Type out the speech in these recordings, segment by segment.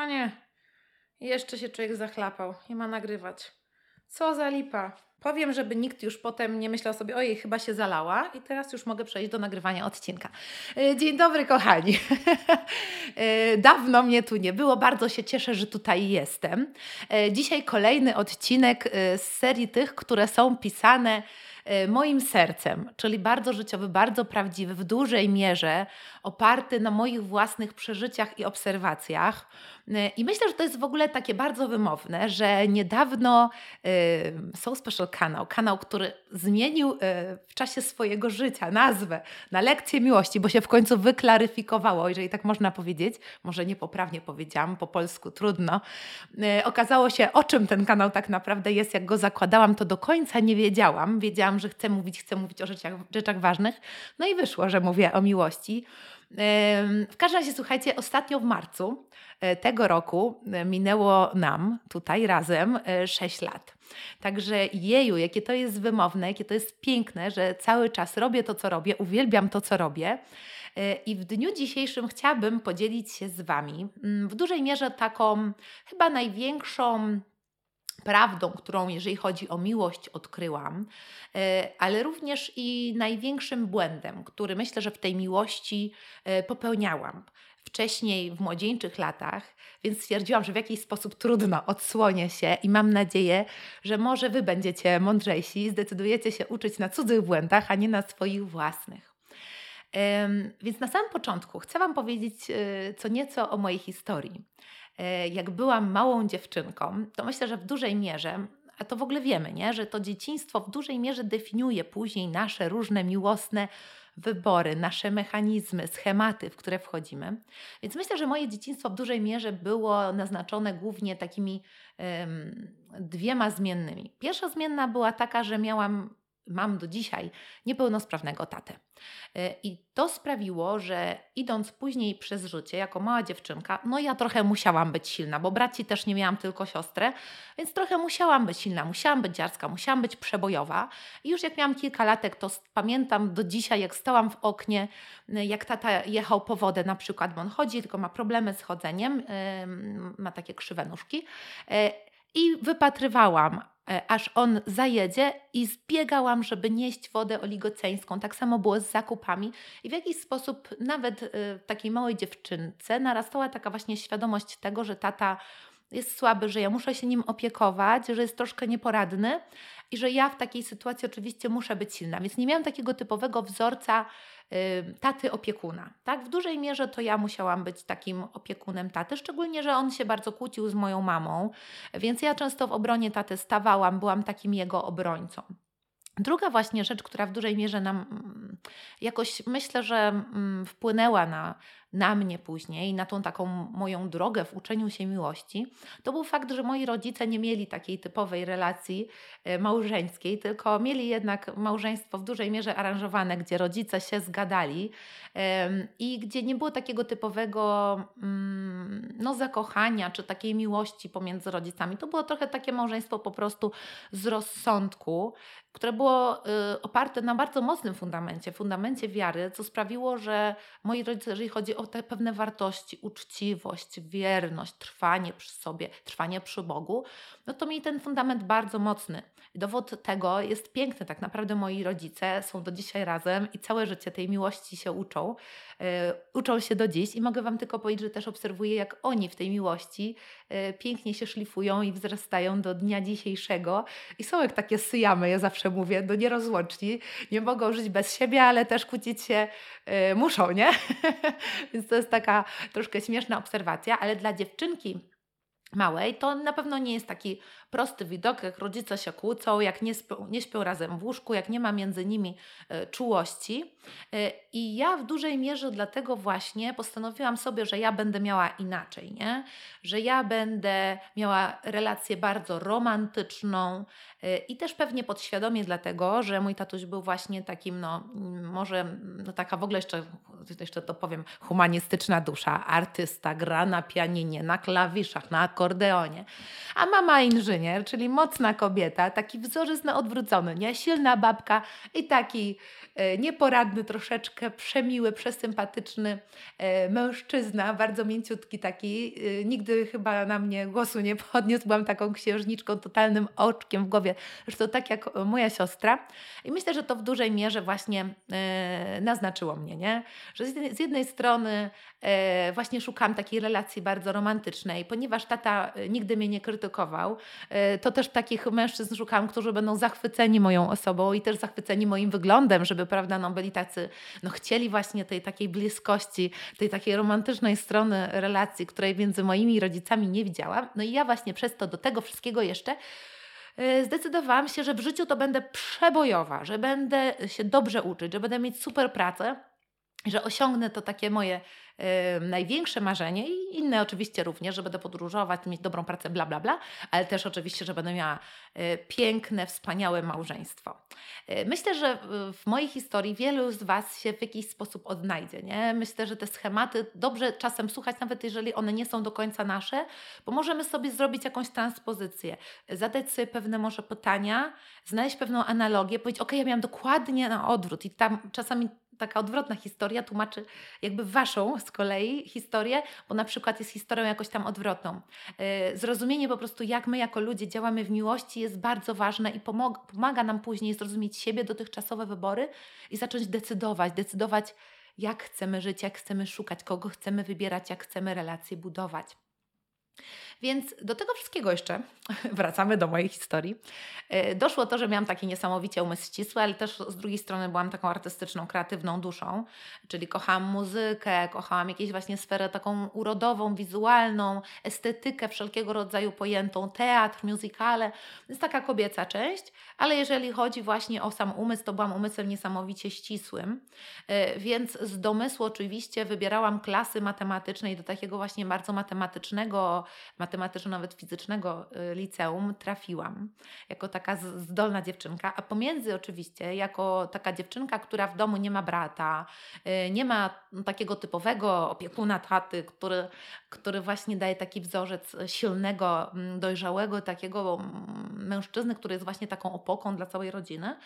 nie, jeszcze się człowiek zachlapał, nie ma nagrywać. Co za lipa. Powiem, żeby nikt już potem nie myślał sobie, ojej, chyba się zalała i teraz już mogę przejść do nagrywania odcinka. Dzień dobry, kochani. Dawno mnie tu nie było, bardzo się cieszę, że tutaj jestem. Dzisiaj kolejny odcinek z serii tych, które są pisane moim sercem, czyli bardzo życiowy, bardzo prawdziwy, w dużej mierze oparty na moich własnych przeżyciach i obserwacjach. I myślę, że to jest w ogóle takie bardzo wymowne, że niedawno Soul Special kanał, który zmienił w czasie swojego życia nazwę na Lekcje Miłości, bo się w końcu wyklaryfikowało, jeżeli tak można powiedzieć, może niepoprawnie powiedziałam, po polsku trudno. Okazało się, o czym ten kanał tak naprawdę jest. Jak go zakładałam, to do końca nie wiedziałam. Wiedziałam, że chcę mówić o rzeczach ważnych. No i wyszło, że mówię o miłości. W każdym razie, słuchajcie, ostatnio w marcu tego roku minęło nam tutaj razem 6 lat. Także jeju, jakie to jest wymowne, jakie to jest piękne, że cały czas robię to, co robię, uwielbiam to, co robię. I w dniu dzisiejszym chciałabym podzielić się z Wami w dużej mierze taką chyba największą prawdą, którą jeżeli chodzi o miłość odkryłam, ale również i największym błędem, który myślę, że w tej miłości popełniałam wcześniej w młodzieńczych latach, więc stwierdziłam, że w jakiś sposób trudno, odsłonię się i mam nadzieję, że może Wy będziecie mądrzejsi i zdecydujecie się uczyć na cudzych błędach, a nie na swoich własnych. Więc na samym początku chcę Wam powiedzieć co nieco o mojej historii. Jak byłam małą dziewczynką, to myślę, że w dużej mierze, a to w ogóle wiemy, nie? Że to dzieciństwo w dużej mierze definiuje później nasze różne miłosne wybory, nasze mechanizmy, schematy, w które wchodzimy. Więc myślę, że moje dzieciństwo w dużej mierze było naznaczone głównie takimi dwiema zmiennymi. Pierwsza zmienna była taka, że mam do dzisiaj niepełnosprawnego tatę. I to sprawiło, że idąc później przez życie jako mała dziewczynka, no ja trochę musiałam być silna, bo braci też nie miałam, tylko siostrę, więc trochę musiałam być silna, musiałam być dziarska, musiałam być przebojowa. I już jak miałam kilka latek, to pamiętam do dzisiaj, jak stałam w oknie, jak tata jechał po wodę na przykład, bo on chodzi, tylko ma problemy z chodzeniem, ma takie krzywe nóżki. I wypatrywałam, aż on zajedzie i zbiegałam, żeby nieść wodę oligoceńską. Tak samo było z zakupami i w jakiś sposób nawet w takiej małej dziewczynce narastała taka właśnie świadomość tego, że tata jest słaby, że ja muszę się nim opiekować, że jest troszkę nieporadny i że ja w takiej sytuacji oczywiście muszę być silna. Więc nie miałam takiego typowego wzorca taty opiekuna. Tak? W dużej mierze to ja musiałam być takim opiekunem taty, szczególnie, że on się bardzo kłócił z moją mamą, więc ja często w obronie taty stawałam, byłam takim jego obrońcą. Druga właśnie rzecz, która w dużej mierze nam jakoś myślę, że wpłynęła na mnie później, na tą taką moją drogę w uczeniu się miłości, to był fakt, że moi rodzice nie mieli takiej typowej relacji małżeńskiej, tylko mieli jednak małżeństwo w dużej mierze aranżowane, gdzie rodzice się zgadali i gdzie nie było takiego typowego zakochania czy takiej miłości pomiędzy rodzicami. To było trochę takie małżeństwo po prostu z rozsądku, które było oparte na bardzo mocnym fundamencie wiary, co sprawiło, że moi rodzice, jeżeli chodzi o te pewne wartości, uczciwość, wierność, trwanie przy sobie, trwanie przy Bogu, no to mieli ten fundament bardzo mocny. I dowód tego jest piękny. Tak naprawdę moi rodzice są do dzisiaj razem i całe życie tej miłości się uczą się do dziś i mogę Wam tylko powiedzieć, że też obserwuję, jak oni w tej miłości pięknie się szlifują i wzrastają do dnia dzisiejszego i są jak takie syjamy, ja zawsze mówię, do nierozłączni, nie mogą żyć bez siebie, ale też kłócić się muszą, nie? Więc to jest taka troszkę śmieszna obserwacja, ale dla dziewczynki małej, to na pewno nie jest taki prosty widok, jak rodzice się kłócą, jak nie śpią razem w łóżku, jak nie ma między nimi czułości. I ja w dużej mierze dlatego właśnie postanowiłam sobie, że ja będę miała inaczej, nie? Że ja będę miała relację bardzo romantyczną i też pewnie podświadomie dlatego, że mój tatuś był właśnie takim, taka w ogóle jeszcze to powiem, humanistyczna dusza, artysta, gra na pianinie, na klawiszach, na akordeonie. A mama inżynier, czyli mocna kobieta, taki wzorzec na odwrócony, nie? Silna babka i taki nieporadny, troszeczkę przemiły, przesympatyczny mężczyzna, bardzo mięciutki taki. Nigdy chyba na mnie głosu nie podniósł, byłam taką księżniczką, totalnym oczkiem w głowie, zresztą tak jak moja siostra. I myślę, że to w dużej mierze właśnie naznaczyło mnie, nie? Że z jednej strony właśnie szukałam takiej relacji bardzo romantycznej, ponieważ tata nigdy mnie nie krytykował, to też takich mężczyzn szukałam, którzy będą zachwyceni moją osobą i też zachwyceni moim wyglądem, żeby, prawda, no byli tacy, no chcieli właśnie tej takiej bliskości, tej takiej romantycznej strony relacji, której między moimi rodzicami nie widziałam. No i ja właśnie przez to do tego wszystkiego jeszcze zdecydowałam się, że w życiu to będę przebojowa, że będę się dobrze uczyć, że będę mieć super pracę, że osiągnę to takie moje największe marzenie i inne oczywiście również, że będę podróżować, mieć dobrą pracę, bla, bla, bla, ale też oczywiście, że będę miała piękne, wspaniałe małżeństwo. Myślę, że w mojej historii wielu z Was się w jakiś sposób odnajdzie, nie? Myślę, że te schematy dobrze czasem słuchać, nawet jeżeli one nie są do końca nasze, bo możemy sobie zrobić jakąś transpozycję, zadać sobie pewne może pytania, znaleźć pewną analogię, powiedzieć, ok, ja miałam dokładnie na odwrót i tam czasami taka odwrotna historia tłumaczy jakby Waszą z kolei historię, bo na przykład jest historią jakoś tam odwrotną. Zrozumienie po prostu, jak my jako ludzie działamy w miłości jest bardzo ważne i pomaga nam później zrozumieć siebie, dotychczasowe wybory i zacząć decydować jak chcemy żyć, jak chcemy szukać, kogo chcemy wybierać, jak chcemy relacje budować. Więc do tego wszystkiego jeszcze, wracamy do mojej historii, doszło to, że miałam taki niesamowicie umysł ścisły, ale też z drugiej strony byłam taką artystyczną, kreatywną duszą, czyli kochałam muzykę, kochałam jakąś właśnie sferę taką urodową, wizualną, estetykę wszelkiego rodzaju pojętą, teatr, musicale, jest taka kobieca część, ale jeżeli chodzi właśnie o sam umysł, to byłam umysłem niesamowicie ścisłym, więc z domysłu oczywiście wybierałam klasy matematyczne i do takiego właśnie bardzo matematycznego, nawet fizycznego liceum trafiłam jako taka zdolna dziewczynka, a pomiędzy oczywiście jako taka dziewczynka, która w domu nie ma brata, nie ma takiego typowego opiekuna taty, który właśnie daje taki wzorzec silnego, dojrzałego takiego mężczyzny, który jest właśnie taką opoką dla całej rodziny,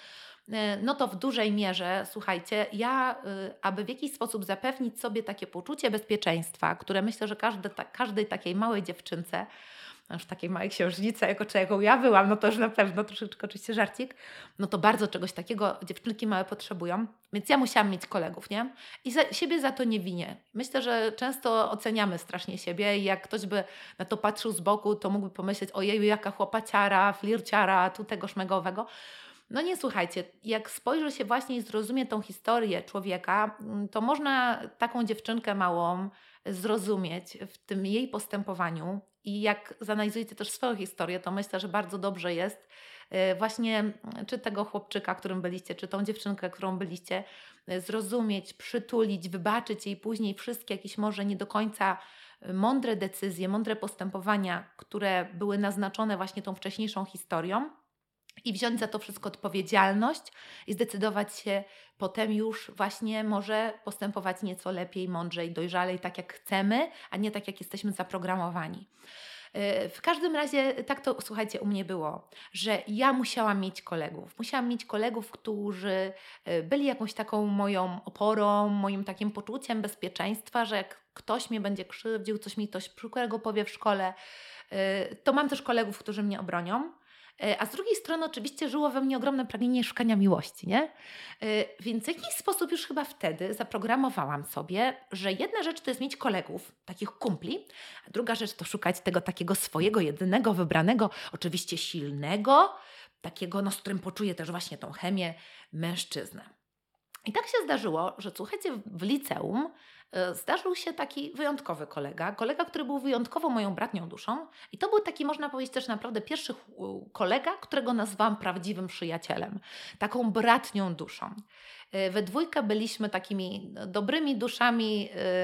no to w dużej mierze, słuchajcie, ja, aby w jakiś sposób zapewnić sobie takie poczucie bezpieczeństwa, które myślę, że każdej takiej małej dziewczynce, aż takiej małej księżnicy, jaką ja byłam, no to już na pewno troszeczkę oczywiście żarcik, no to bardzo czegoś takiego dziewczynki małe potrzebują, więc ja musiałam mieć kolegów, nie? I siebie za to nie winię. Myślę, że często oceniamy strasznie siebie i jak ktoś by na to patrzył z boku, to mógłby pomyśleć, ojeju, jaka chłopaciara, flirciara, tu tego szmegowego. No nie, słuchajcie, jak spojrzy się właśnie i zrozumie tą historię człowieka, to można taką dziewczynkę małą zrozumieć w tym jej postępowaniu i jak zanalizujecie też swoją historię, to myślę, że bardzo dobrze jest właśnie czy tego chłopczyka, którym byliście, czy tą dziewczynkę, którą byliście, zrozumieć, przytulić, wybaczyć jej później wszystkie jakieś może nie do końca mądre decyzje, mądre postępowania, które były naznaczone właśnie tą wcześniejszą historią, i wziąć za to wszystko odpowiedzialność i zdecydować się potem już właśnie może postępować nieco lepiej, mądrzej, dojrzalej, tak jak chcemy, a nie tak jak jesteśmy zaprogramowani. W każdym razie tak to, słuchajcie, u mnie było, że ja musiałam mieć kolegów. Musiałam mieć kolegów, którzy byli jakąś taką moją oporą, moim takim poczuciem bezpieczeństwa, że jak ktoś mnie będzie krzywdził, coś mi ktoś przykrego powie w szkole, to mam też kolegów, którzy mnie obronią. A z drugiej strony oczywiście żyło we mnie ogromne pragnienie szukania miłości, nie? Więc w jakiś sposób już chyba wtedy zaprogramowałam sobie, że jedna rzecz to jest mieć kolegów, takich kumpli, a druga rzecz to szukać tego takiego swojego, jedynego, wybranego, oczywiście silnego, takiego, no, z którym poczuję też właśnie tą chemię, mężczyznę. I tak się zdarzyło, że słuchajcie, w liceum zdarzył się taki wyjątkowy kolega, który był wyjątkowo moją bratnią duszą i to był taki, można powiedzieć, też naprawdę pierwszy kolega, którego nazwałam prawdziwym przyjacielem, taką bratnią duszą. We dwójkę byliśmy takimi dobrymi duszami,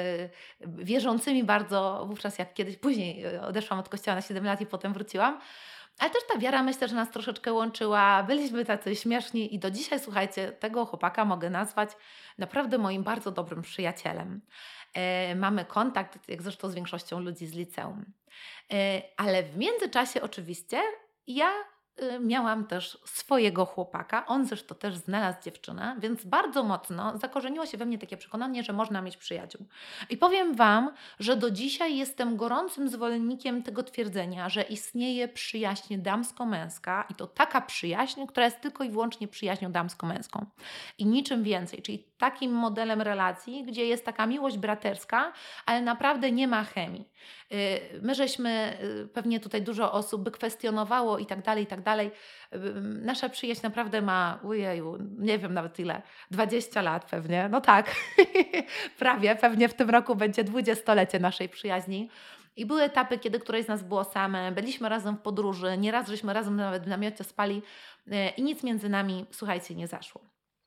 wierzącymi bardzo, wówczas jak kiedyś później odeszłam od kościoła na 7 lat i potem wróciłam, ale też ta wiara, myślę, że nas troszeczkę łączyła, byliśmy tacy śmieszni i do dzisiaj, słuchajcie, tego chłopaka mogę nazwać naprawdę moim bardzo dobrym przyjacielem. mamy kontakt, jak zresztą z większością ludzi z liceum. Ale w międzyczasie oczywiście ja miałam też swojego chłopaka, on zresztą też znalazł dziewczynę, więc bardzo mocno zakorzeniło się we mnie takie przekonanie, że można mieć przyjaciół. I powiem Wam, że do dzisiaj jestem gorącym zwolennikiem tego twierdzenia, że istnieje przyjaźń damsko-męska i to taka przyjaźń, która jest tylko i wyłącznie przyjaźnią damsko-męską i niczym więcej, czyli takim modelem relacji, gdzie jest taka miłość braterska, ale naprawdę nie ma chemii. My żeśmy, pewnie tutaj dużo osób by kwestionowało i tak dalej, i tak dalej. Nasza przyjaźń naprawdę ma, ojeju, nie wiem nawet ile, 20 lat pewnie, no tak, prawie, pewnie w tym roku będzie 20-lecie naszej przyjaźni. I były etapy, kiedy któreś z nas było same, byliśmy razem w podróży, nieraz żeśmy razem nawet w namiocie spali i nic między nami, słuchajcie, nie zaszło.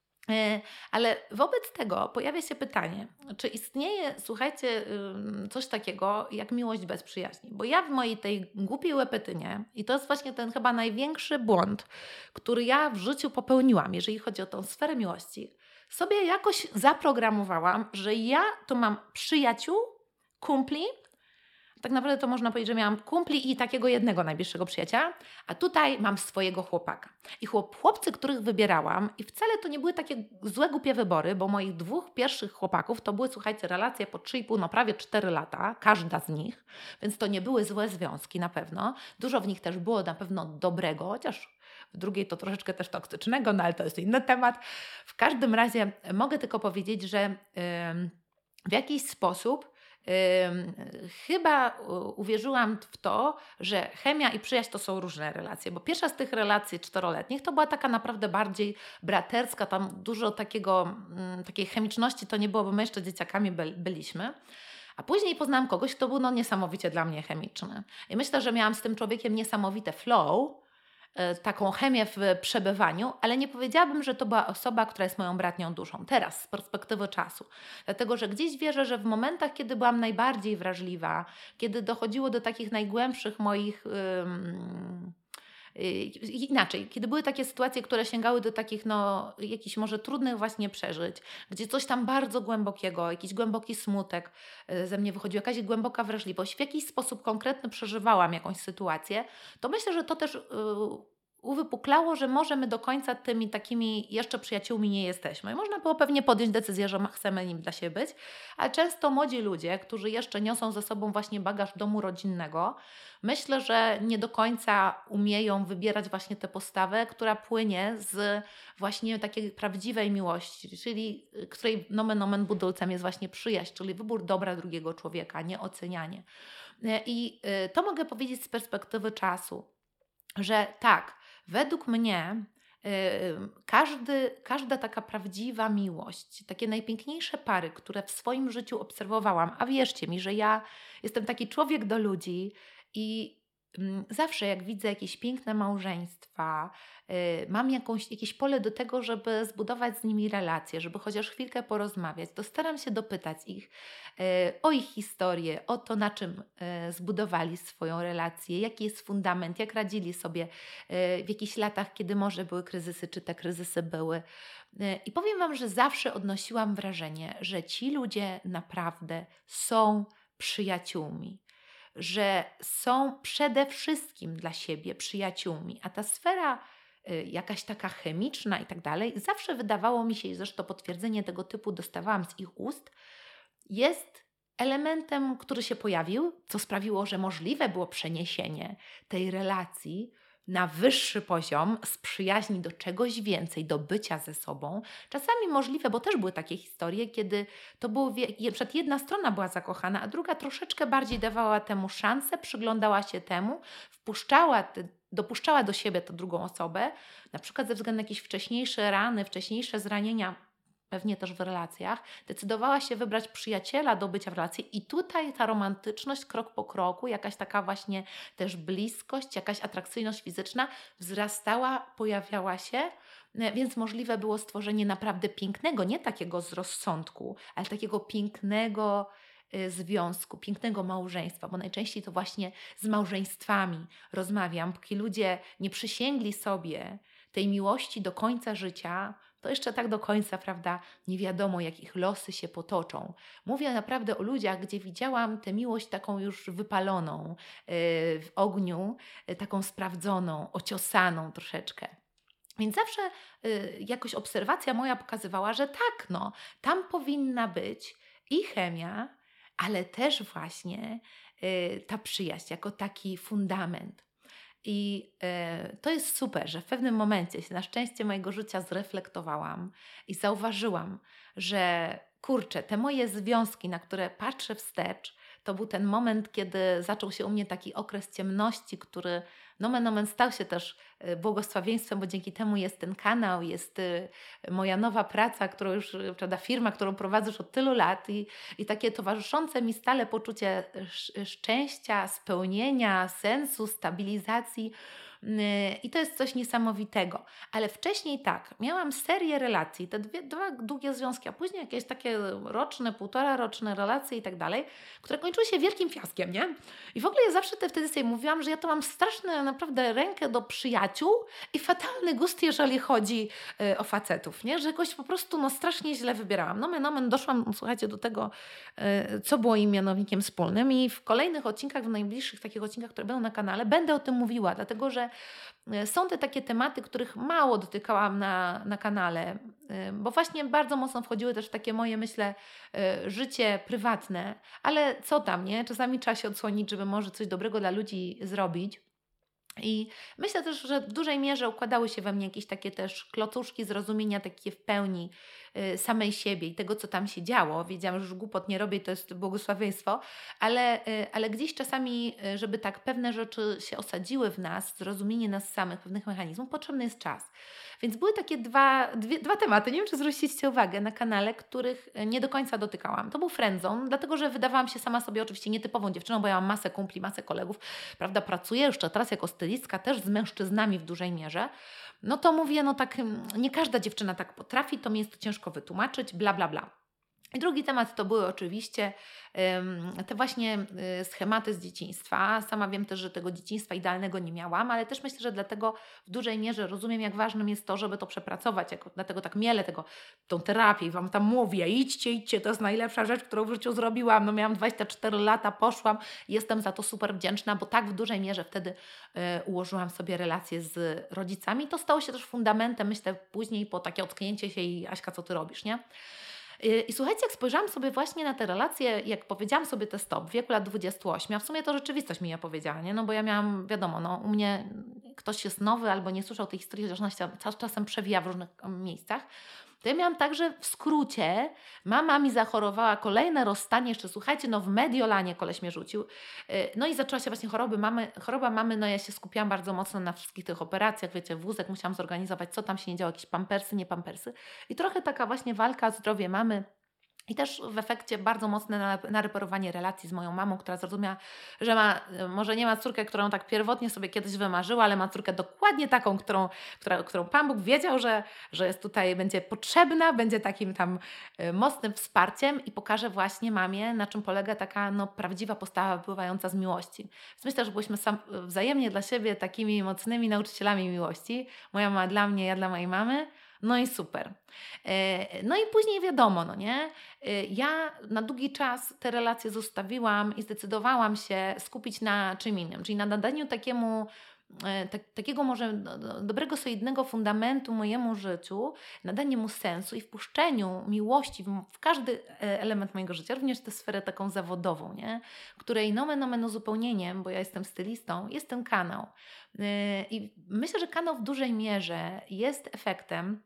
Ale wobec tego pojawia się pytanie, czy istnieje, słuchajcie, coś takiego jak miłość bez przyjaźni? Bo ja w mojej tej głupiej łepetynie, i to jest właśnie ten chyba największy błąd, który ja w życiu popełniłam, jeżeli chodzi o tą sferę miłości, sobie jakoś zaprogramowałam, że ja to mam przyjaciół, kumpli. Tak naprawdę to można powiedzieć, że miałam kumpli i takiego jednego najbliższego przyjaciela, a tutaj mam swojego chłopaka. I chłopcy, których wybierałam, i wcale to nie były takie złe, głupie wybory, bo moich 2 pierwszych chłopaków to były, słuchajcie, relacje po 3,5, no prawie 4 lata, każda z nich, więc to nie były złe związki na pewno. Dużo w nich też było na pewno dobrego, chociaż w drugiej to troszeczkę też toksycznego, no ale to jest inny temat. W każdym razie mogę tylko powiedzieć, że w jakiś sposób chyba uwierzyłam w to, że chemia i przyjaźń to są różne relacje, bo pierwsza z tych relacji 4-letnich to była taka naprawdę bardziej braterska, tam dużo takiej chemiczności to nie było, bo my jeszcze dzieciakami byliśmy. A później poznałam kogoś, kto był niesamowicie dla mnie chemiczny. I myślę, że miałam z tym człowiekiem niesamowite flow, taką chemię w przebywaniu, ale nie powiedziałabym, że to była osoba, która jest moją bratnią duszą. Teraz, z perspektywy czasu. Dlatego, że gdzieś wierzę, że w momentach, kiedy byłam najbardziej wrażliwa, kiedy dochodziło do takich najgłębszych moich... Inaczej, kiedy były takie sytuacje, które sięgały do takich jakichś może trudnych właśnie przeżyć, gdzie coś tam bardzo głębokiego, jakiś głęboki smutek ze mnie wychodził, jakaś głęboka wrażliwość, w jakiś sposób konkretny przeżywałam jakąś sytuację, to myślę, że to też uwypuklało, że może my do końca tymi takimi jeszcze przyjaciółmi nie jesteśmy. I można było pewnie podjąć decyzję, że chcemy nim dla siebie być, ale często młodzi ludzie, którzy jeszcze niosą ze sobą właśnie bagaż domu rodzinnego, myślę, że nie do końca umieją wybierać właśnie tę postawę, która płynie z właśnie takiej prawdziwej miłości, czyli której nomen omen budulcem jest właśnie przyjaźń, czyli wybór dobra drugiego człowieka, nie ocenianie. I to mogę powiedzieć z perspektywy czasu, że tak, według mnie każda taka prawdziwa miłość, takie najpiękniejsze pary, które w swoim życiu obserwowałam, a wierzcie mi, że ja jestem taki człowiek do ludzi i zawsze jak widzę jakieś piękne małżeństwa, mam jakieś pole do tego, żeby zbudować z nimi relacje, żeby chociaż chwilkę porozmawiać, to staram się dopytać ich o ich historię, o to, na czym zbudowali swoją relację, jaki jest fundament, jak radzili sobie w jakichś latach, kiedy może były kryzysy, czy te kryzysy były. I powiem Wam, że zawsze odnosiłam wrażenie, że ci ludzie naprawdę są przyjaciółmi, że są przede wszystkim dla siebie przyjaciółmi, a ta sfera jakaś taka chemiczna i tak dalej, zawsze wydawało mi się, i zresztą potwierdzenie tego typu dostawałam z ich ust, jest elementem, który się pojawił, co sprawiło, że możliwe było przeniesienie tej relacji na wyższy poziom, z przyjaźni do czegoś więcej, do bycia ze sobą. Czasami możliwe, bo też były takie historie, kiedy to było, przed jedna strona była zakochana, a druga troszeczkę bardziej dawała temu szansę, przyglądała się temu, dopuszczała do siebie tę drugą osobę, na przykład ze względu na jakieś wcześniejsze rany, wcześniejsze zranienia, pewnie też w relacjach, decydowała się wybrać przyjaciela do bycia w relacji i tutaj ta romantyczność krok po kroku, jakaś taka właśnie też bliskość, jakaś atrakcyjność fizyczna wzrastała, pojawiała się, więc możliwe było stworzenie naprawdę pięknego, nie takiego z rozsądku, ale takiego pięknego związku, pięknego małżeństwa, bo najczęściej to właśnie z małżeństwami rozmawiam, póki ludzie nie przysięgli sobie tej miłości do końca życia, to jeszcze tak do końca, prawda, nie wiadomo, jak ich losy się potoczą. Mówię naprawdę o ludziach, gdzie widziałam tę miłość taką już wypaloną w ogniu, taką sprawdzoną, ociosaną troszeczkę. Więc zawsze jakoś obserwacja moja pokazywała, że tak, no, tam powinna być i chemia, ale też właśnie ta przyjaźń jako taki fundament. I to jest super, że w pewnym momencie się na szczęście mojego życia zreflektowałam i zauważyłam, że kurczę, te moje związki, na które patrzę wstecz, to był ten moment, kiedy zaczął się u mnie taki okres ciemności, który nomen omen stał się też błogosławieństwem, bo dzięki temu jest ten kanał, jest moja nowa praca, którą już, prawda, firma, którą prowadzę już od tylu lat i takie towarzyszące mi stale poczucie szczęścia, spełnienia, sensu, stabilizacji. I to jest coś niesamowitego. Ale wcześniej tak, miałam serię relacji, te dwa długie związki, a później jakieś takie roczne, półtoraroczne relacje i tak dalej, które kończyły się wielkim fiaskiem, nie? I w ogóle ja zawsze wtedy sobie mówiłam, że ja to mam straszną naprawdę rękę do przyjaciół i fatalny gust, jeżeli chodzi o facetów, nie? Że jakoś po prostu strasznie źle wybierałam. Nomen, doszłam, słuchajcie, do tego, co było im mianownikiem wspólnym i w kolejnych odcinkach, w najbliższych takich odcinkach, które będą na kanale, będę o tym mówiła, dlatego że są te takie tematy, których mało dotykałam na kanale, bo właśnie bardzo mocno wchodziły też w takie moje, myślę, życie prywatne, ale co tam, nie? Czasami trzeba się odsłonić, żeby może coś dobrego dla ludzi zrobić. I myślę też, że w dużej mierze układały się we mnie jakieś takie też klocuszki zrozumienia takie w pełni samej siebie i tego, co tam się działo. Wiedziałam, że już głupot nie robię, to jest błogosławieństwo, ale gdzieś czasami, żeby tak pewne rzeczy się osadziły w nas, zrozumienie nas samych, pewnych mechanizmów, potrzebny jest czas. Więc były takie dwa tematy, nie wiem, czy zwróciliście uwagę na kanale, których nie do końca dotykałam. To był friendzone, dlatego że wydawałam się sama sobie oczywiście nietypową dziewczyną, bo ja mam masę kumpli, masę kolegów, prawda, pracuję jeszcze teraz jako stylistka też z mężczyznami w dużej mierze. No to mówię, tak nie każda dziewczyna tak potrafi, to mi jest to ciężko wytłumaczyć, bla, bla, bla. I drugi temat to były oczywiście te właśnie schematy z dzieciństwa. Sama wiem też, że tego dzieciństwa idealnego nie miałam, ale też myślę, że dlatego w dużej mierze rozumiem, jak ważnym jest to, żeby to przepracować. Dlatego tak mielę tą terapię i Wam tam mówię, idźcie, to jest najlepsza rzecz, którą w życiu zrobiłam. Miałam 24 lata, poszłam, jestem za to super wdzięczna, bo tak w dużej mierze wtedy ułożyłam sobie relacje z rodzicami. To stało się też fundamentem, myślę, później po takie ocknięcie się i Aśka, co Ty robisz, nie? I słuchajcie, jak spojrzałam sobie właśnie na te relacje, jak powiedziałam sobie te stop w wieku lat 28, a w sumie to rzeczywistość mi powiedziała, nie? No bo ja miałam, wiadomo, u mnie ktoś jest nowy albo nie słyszał tej historii, chociaż ona się czasem przewija w różnych miejscach, to ja miałam tak, że w skrócie mama mi zachorowała, kolejne rozstanie, jeszcze słuchajcie, w Mediolanie koleś mnie rzucił. No i zaczęła się właśnie choroba mamy, ja się skupiałam bardzo mocno na wszystkich tych operacjach, wiecie, wózek musiałam zorganizować, co tam się nie działo, jakieś pampersy, nie pampersy. I trochę taka właśnie walka o zdrowie mamy. I też w efekcie bardzo mocne nareperowanie relacji z moją mamą, która zrozumiała, że może nie ma córkę, którą tak pierwotnie sobie kiedyś wymarzyła, ale ma córkę dokładnie taką, którą Pan Bóg wiedział, że jest tutaj, będzie potrzebna, będzie takim tam mocnym wsparciem i pokaże właśnie mamie, na czym polega taka prawdziwa postawa wypływająca z miłości. Więc myślę, że byliśmy wzajemnie dla siebie takimi mocnymi nauczycielami miłości. Moja mama dla mnie, ja dla mojej mamy. No i super. No i później wiadomo, nie? Ja na długi czas te relacje zostawiłam i zdecydowałam się skupić na czym innym, czyli na nadaniu takiego może dobrego, solidnego fundamentu mojemu życiu, nadanie mu sensu i wpuszczeniu miłości w każdy element mojego życia, również tę sferę taką zawodową, nie? Której nomen omen uzupełnieniem, bo ja jestem stylistą, jest ten kanał. I myślę, że kanał w dużej mierze jest efektem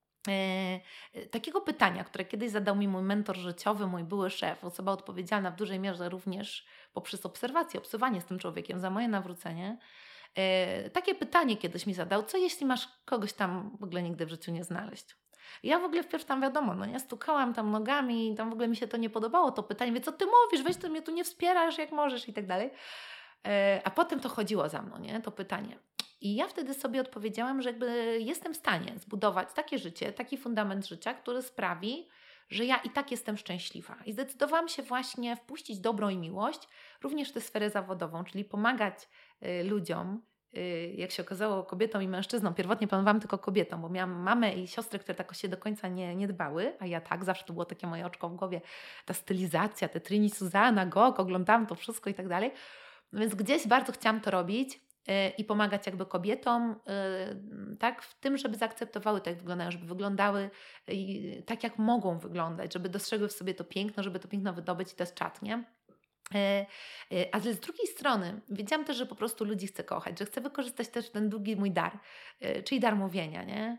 takiego pytania, które kiedyś zadał mi mój mentor życiowy, mój były szef, osoba odpowiedzialna w dużej mierze również poprzez obserwowanie z tym człowiekiem za moje nawrócenie. Takie pytanie kiedyś mi zadał, co jeśli masz kogoś tam w ogóle nigdy w życiu nie znaleźć? Ja w ogóle wpierw tam wiadomo, ja stukałam tam nogami i tam w ogóle mi się to nie podobało, to pytanie, mówię, co ty mówisz, weź ty mnie tu nie wspierasz jak możesz i tak dalej. A potem to chodziło za mną, nie? To pytanie. I ja wtedy sobie odpowiedziałam, że jakby jestem w stanie zbudować takie życie, taki fundament życia, który sprawi, że ja i tak jestem szczęśliwa. I zdecydowałam się właśnie wpuścić dobro i miłość również w tę sferę zawodową, czyli pomagać ludziom jak się okazało, kobietą i mężczyzną. Pierwotnie planowałam tylko kobietą, bo miałam mamę i siostrę, które tak o siebie do końca nie dbały, a ja tak, zawsze to było takie moje oczko w głowie, ta stylizacja, te Trini Suzana, Gog, oglądałam to wszystko i tak dalej. Więc gdzieś bardzo chciałam to robić i pomagać jakby kobietom, tak, w tym, żeby zaakceptowały tak jak wyglądają, żeby wyglądały tak, jak mogą wyglądać, żeby dostrzegły w sobie to piękno, żeby to piękno wydobyć i to jest czat, nie? Ale z drugiej strony wiedziałam też, że po prostu ludzi chcę kochać, że chcę wykorzystać też ten drugi mój dar, czyli dar mówienia, nie?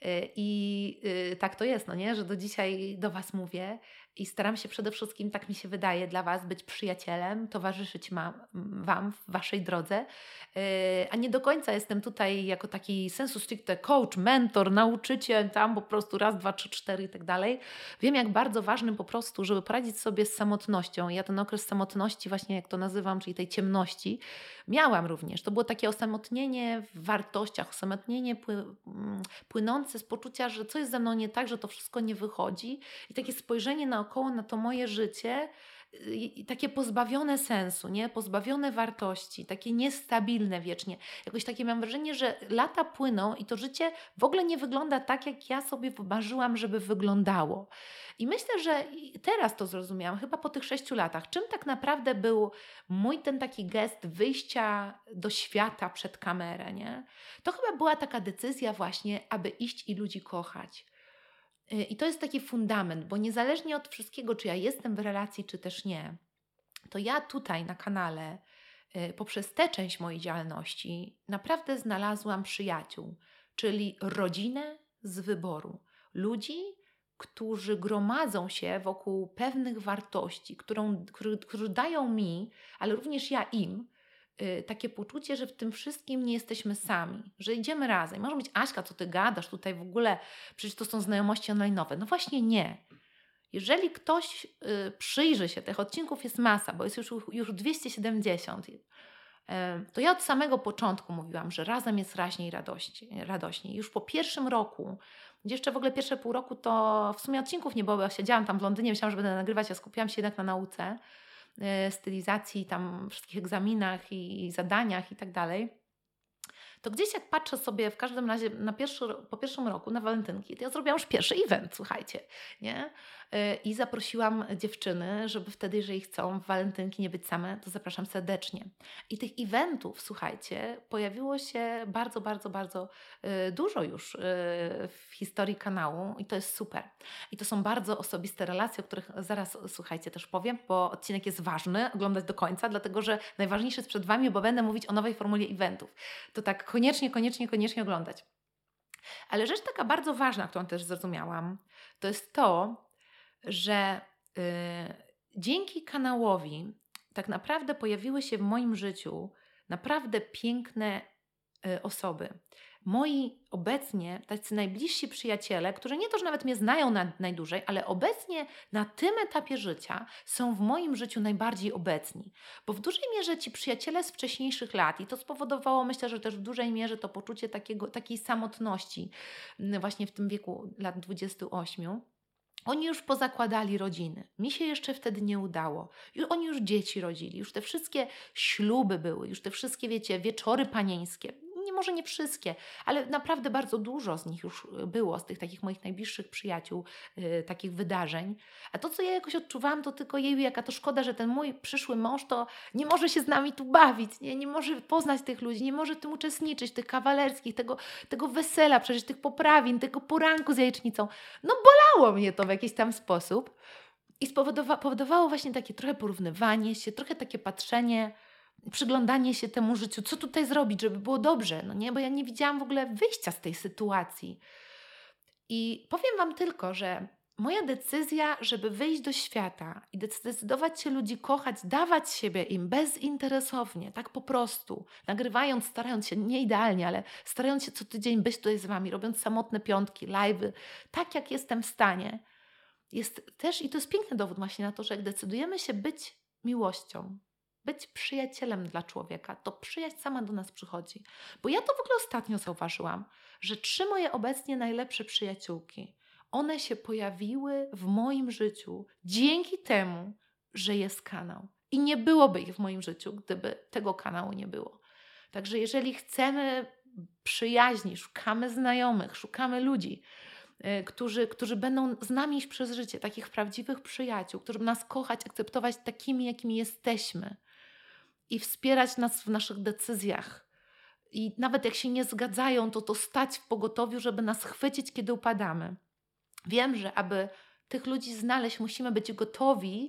I tak to jest, no nie? Że do dzisiaj do Was mówię i staram się przede wszystkim, tak mi się wydaje, dla Was być przyjacielem, towarzyszyć Wam w Waszej drodze, a nie do końca jestem tutaj jako taki sensu stricte coach, mentor, nauczyciel, tam po prostu raz, dwa, trzy, cztery i tak dalej. Wiem, jak bardzo ważnym po prostu, żeby poradzić sobie z samotnością. Ja ten okres samotności, właśnie jak to nazywam, czyli tej ciemności, miałam również. To było takie osamotnienie w wartościach, osamotnienie płynące z poczucia, że coś jest ze mną nie tak, że to wszystko nie wychodzi i takie spojrzenie naokoło na to moje życie, i takie pozbawione sensu, nie? Pozbawione wartości, takie niestabilne wiecznie. Jakoś takie mam wrażenie, że lata płyną i to życie w ogóle nie wygląda tak, jak ja sobie wymarzyłam, żeby wyglądało. I myślę, że teraz to zrozumiałam, chyba po tych 6 latach, czym tak naprawdę był mój ten taki gest wyjścia do świata przed kamerę, nie? To chyba była taka decyzja właśnie, aby iść i ludzi kochać. I to jest taki fundament, bo niezależnie od wszystkiego, czy ja jestem w relacji, czy też nie, to ja tutaj na kanale, poprzez tę część mojej działalności, naprawdę znalazłam przyjaciół, czyli rodzinę z wyboru. Ludzi, którzy gromadzą się wokół pewnych wartości, którzy dają mi, ale również ja im, takie poczucie, że w tym wszystkim nie jesteśmy sami, że idziemy razem. Może być Aśka, co ty gadasz tutaj w ogóle, przecież to są znajomości online'owe. No właśnie nie. Jeżeli ktoś przyjrzy się, tych odcinków jest masa, bo jest już 270, to ja od samego początku mówiłam, że razem jest raźniej radośniej. Już po pierwszym roku, gdzie jeszcze w ogóle pierwsze pół roku to w sumie odcinków nie było, bo ja siedziałam tam w Londynie, myślałam, że będę nagrywać, a skupiłam się jednak na nauce, stylizacji, tam wszystkich egzaminach i zadaniach i tak dalej, to gdzieś jak patrzę sobie w każdym razie po pierwszym roku na walentynki, to ja zrobiłam już pierwszy event, słuchajcie, nie? I zaprosiłam dziewczyny, żeby wtedy, jeżeli chcą w walentynki nie być same, to zapraszam serdecznie. I tych eventów, słuchajcie, pojawiło się bardzo, bardzo, bardzo dużo już w historii kanału i to jest super. I to są bardzo osobiste relacje, o których zaraz, słuchajcie, też powiem, bo odcinek jest ważny, oglądać do końca, dlatego że najważniejsze jest przed Wami, bo będę mówić o nowej formule eventów. To tak koniecznie oglądać. Ale rzecz taka bardzo ważna, którą też zrozumiałam, to jest to, że dzięki kanałowi tak naprawdę pojawiły się w moim życiu naprawdę piękne osoby. Moi obecnie tacy najbliżsi przyjaciele, którzy nie to, że nawet mnie znają najdłużej, ale obecnie na tym etapie życia są w moim życiu najbardziej obecni. Bo w dużej mierze ci przyjaciele z wcześniejszych lat i to spowodowało, myślę, że też w dużej mierze to poczucie takiej samotności właśnie w tym wieku lat 28. Oni już pozakładali rodziny. Mi się jeszcze wtedy nie udało. Oni już dzieci rodzili, już te wszystkie śluby były, już te wszystkie, wiecie, wieczory panieńskie. Może nie wszystkie, ale naprawdę bardzo dużo z nich już było, z tych takich moich najbliższych przyjaciół, takich wydarzeń. A to, co ja jakoś odczuwałam, to tylko jej, jaka to szkoda, że ten mój przyszły mąż to nie może się z nami tu bawić, nie może poznać tych ludzi, nie może w tym uczestniczyć, tych kawalerskich, tego wesela, przecież tych poprawin, tego poranku z jajecznicą. No bolało mnie to w jakiś tam sposób i powodowało właśnie takie trochę porównywanie się, trochę takie patrzenie, przyglądanie się temu życiu, co tutaj zrobić, żeby było dobrze, no nie? Bo ja nie widziałam w ogóle wyjścia z tej sytuacji. I powiem Wam tylko, że moja decyzja, żeby wyjść do świata i zdecydować się ludzi kochać, dawać siebie im bezinteresownie, tak po prostu, nagrywając, starając się, nie idealnie, ale starając się co tydzień być tutaj z Wami, robiąc samotne piątki, live'y, tak jak jestem w stanie, jest też, i to jest piękny dowód właśnie na to, że jak decydujemy się być miłością, być przyjacielem dla człowieka, to przyjaźń sama do nas przychodzi. Bo ja to w ogóle ostatnio zauważyłam, że 3 moje obecnie najlepsze przyjaciółki, one się pojawiły w moim życiu dzięki temu, że jest kanał. I nie byłoby ich w moim życiu, gdyby tego kanału nie było. Także jeżeli chcemy przyjaźni, szukamy znajomych, szukamy ludzi, którzy będą z nami iść przez życie, takich prawdziwych przyjaciół, którzy będą nas kochać, akceptować takimi, jakimi jesteśmy i wspierać nas w naszych decyzjach. I nawet jak się nie zgadzają, to stać w pogotowiu, żeby nas chwycić, kiedy upadamy. Wiem, że aby tych ludzi znaleźć, musimy być gotowi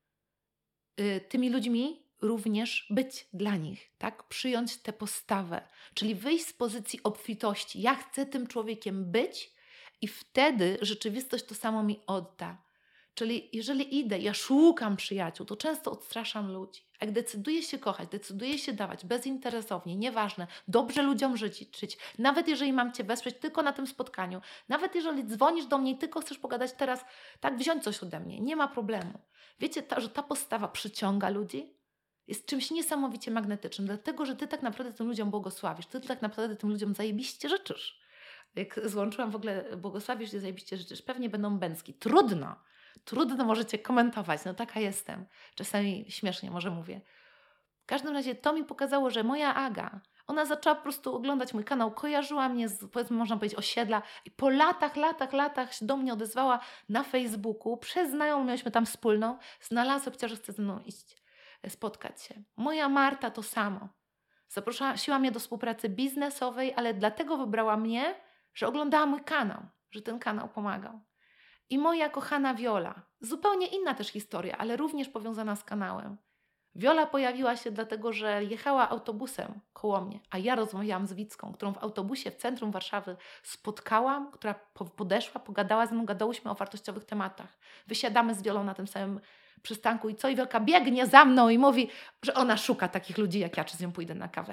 tymi ludźmi również być dla nich, tak? Przyjąć tę postawę, czyli wyjść z pozycji obfitości. Ja chcę tym człowiekiem być i wtedy rzeczywistość to samo mi odda. Czyli jeżeli idę, ja szukam przyjaciół, to często odstraszam ludzi. Jak decyduję się kochać, decyduję się dawać bezinteresownie, nieważne, dobrze ludziom życzyć, nawet jeżeli mam Cię wesprzeć tylko na tym spotkaniu, nawet jeżeli dzwonisz do mnie i tylko chcesz pogadać teraz, tak, wziąć coś ode mnie, nie ma problemu. Wiecie, że ta postawa przyciąga ludzi? Jest czymś niesamowicie magnetycznym, dlatego, że Ty tak naprawdę tym ludziom błogosławisz, Ty tak naprawdę tym ludziom zajebiście życzysz. Jak złączyłam w ogóle błogosławisz i zajebiście życzysz, pewnie będą bęcki. Trudno możecie komentować, no taka jestem. Czasami śmiesznie może mówię. W każdym razie to mi pokazało, że moja Aga, ona zaczęła po prostu oglądać mój kanał, kojarzyła mnie z, powiedzmy, można powiedzieć, osiedla i po latach się do mnie odezwała na Facebooku, przez znajomą, mieliśmy tam wspólną, znalazła, chociaż chce ze mną iść, spotkać się. Moja Marta to samo. Zaprosiła mnie do współpracy biznesowej, ale dlatego wybrała mnie, że oglądała mój kanał, że ten kanał pomagał. I moja kochana Wiola, zupełnie inna też historia, ale również powiązana z kanałem. Wiola pojawiła się dlatego, że jechała autobusem koło mnie, a ja rozmawiałam z Wicką, którą w autobusie w centrum Warszawy spotkałam, która podeszła, pogadała ze mną, gadałyśmy o wartościowych tematach. Wysiadamy z Wiolą na tym samym przystanku i co? I Wielka biegnie za mną i mówi, że ona szuka takich ludzi jak ja, czy z nią pójdę na kawę.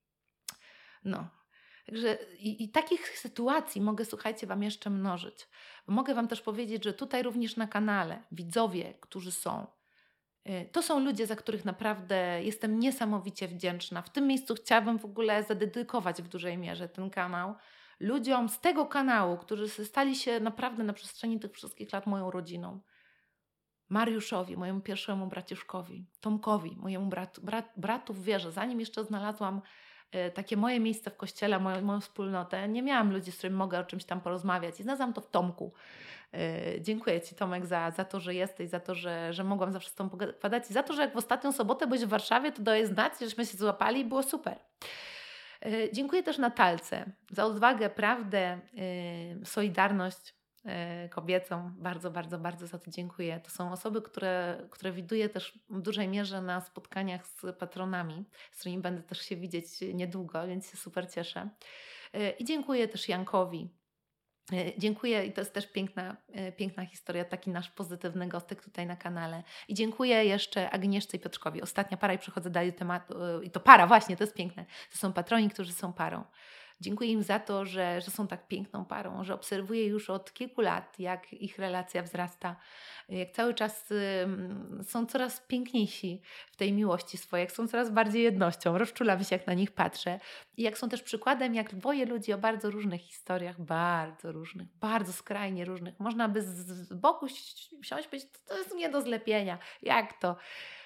No. Także i takich sytuacji mogę, słuchajcie, Wam jeszcze mnożyć. Mogę Wam też powiedzieć, że tutaj również na kanale widzowie, którzy są, to są ludzie, za których naprawdę jestem niesamowicie wdzięczna. W tym miejscu chciałabym w ogóle zadedykować w dużej mierze ten kanał ludziom z tego kanału, którzy stali się naprawdę na przestrzeni tych wszystkich lat moją rodziną. Mariuszowi, mojemu pierwszemu braciszkowi, Tomkowi, mojemu bratu w wierze. Zanim jeszcze znalazłam takie moje miejsce w kościele, moją wspólnotę, nie miałam ludzi, z którymi mogę o czymś tam porozmawiać i znalazłam to w Tomku. Dziękuję Ci, Tomek, za to, że jesteś, za to, że mogłam zawsze z Tobą pogadać i za to, że jak w ostatnią sobotę byłeś w Warszawie, to dałeś znać, żeśmy się złapali i było super. Dziękuję też Natalce za odwagę, prawdę, solidarność kobiecą. Bardzo, bardzo, bardzo za to dziękuję. To są osoby, które widuję też w dużej mierze na spotkaniach z patronami, z którymi będę też się widzieć niedługo, więc się super cieszę. I dziękuję też Jankowi. Dziękuję i to jest też piękna historia, taki nasz pozytywny gostek tutaj na kanale. I dziękuję jeszcze Agnieszce i Piotrkowi. Ostatnia para i przechodzę dalej do tematu. I to para, właśnie, to jest piękne. To są patroni, którzy są parą. Dziękuję im za to, że są tak piękną parą, że obserwuję już od kilku lat, jak ich relacja wzrasta, jak cały czas są coraz piękniejsi w tej miłości swojej, jak są coraz bardziej jednością. Rozczulam się, jak na nich patrzę. I jak są też przykładem, jak dwoje ludzi o bardzo różnych historiach, bardzo różnych, bardzo skrajnie różnych. Można by z boku siąść, powiedzieć, to jest nie do zlepienia. Jak to?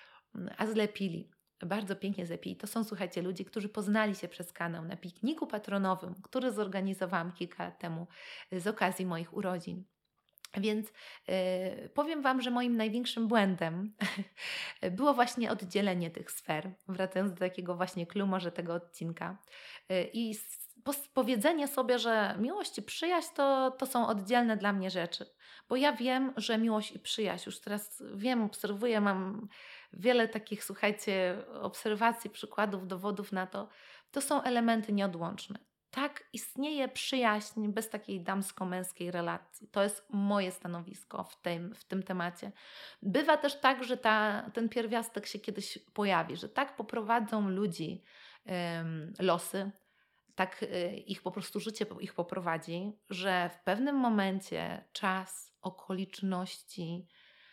A zlepili. Bardzo pięknie zlepili. To są, słuchajcie, ludzie, którzy poznali się przez kanał na pikniku patronowym, który zorganizowałam kilka lat temu z okazji moich urodzin. Więc powiem Wam, że moim największym błędem było właśnie oddzielenie tych sfer, wracając do takiego właśnie clou może tego odcinka. I powiedzenie sobie, że miłość i przyjaźń to są oddzielne dla mnie rzeczy. Bo ja wiem, że miłość i przyjaźń, już teraz wiem, obserwuję, mam wiele takich, słuchajcie, obserwacji, przykładów, dowodów na to. To są elementy nieodłączne. Tak, istnieje przyjaźń bez takiej damsko-męskiej relacji. To jest moje stanowisko w tym temacie. Bywa też tak, że ten pierwiastek się kiedyś pojawi, że tak poprowadzą ludzi losy, tak ich po prostu życie ich poprowadzi, że w pewnym momencie czas, okoliczności,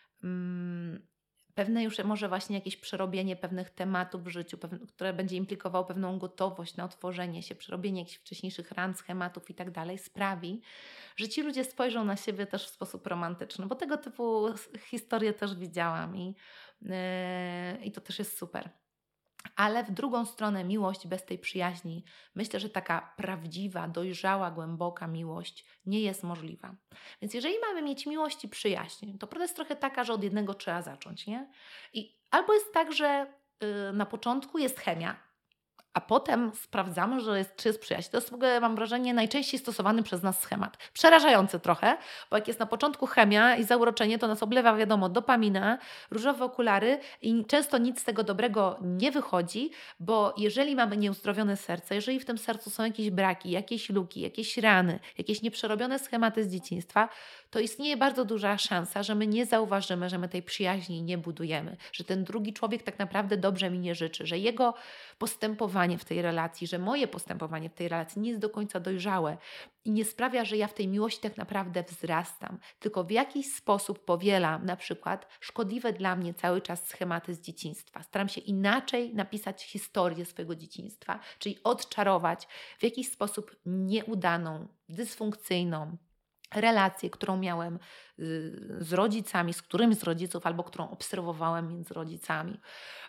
pewne już może właśnie jakieś przerobienie pewnych tematów w życiu, które będzie implikowało pewną gotowość na otworzenie się, przerobienie jakichś wcześniejszych ran, schematów i tak dalej, sprawi, że ci ludzie spojrzą na siebie też w sposób romantyczny, bo tego typu historie też widziałam i to też jest super. Ale w drugą stronę miłość bez tej przyjaźni, myślę, że taka prawdziwa, dojrzała, głęboka miłość nie jest możliwa. Więc jeżeli mamy mieć miłość i przyjaźń, to prawda jest trochę taka, że od jednego trzeba zacząć, nie? I albo jest tak, że na początku jest chemia, a potem sprawdzamy, czy jest przyjaźń. To jest w ogóle, mam wrażenie, najczęściej stosowany przez nas schemat. Przerażający trochę, bo jak jest na początku chemia i zauroczenie, to nas oblewa, wiadomo, dopamina, różowe okulary i często nic z tego dobrego nie wychodzi, bo jeżeli mamy nieuzdrowione serce, jeżeli w tym sercu są jakieś braki, jakieś luki, jakieś rany, jakieś nieprzerobione schematy z dzieciństwa, to istnieje bardzo duża szansa, że my nie zauważymy, że my tej przyjaźni nie budujemy, że ten drugi człowiek tak naprawdę dobrze mi nie życzy, że jego postępowanie w tej relacji, że moje postępowanie w tej relacji nie jest do końca dojrzałe i nie sprawia, że ja w tej miłości tak naprawdę wzrastam, tylko w jakiś sposób powielam na przykład szkodliwe dla mnie cały czas schematy z dzieciństwa. Staram się inaczej napisać historię swojego dzieciństwa, czyli odczarować w jakiś sposób nieudaną, dysfunkcyjną relację, którą miałem z rodzicami, z którymś z rodziców, albo którą obserwowałem między rodzicami.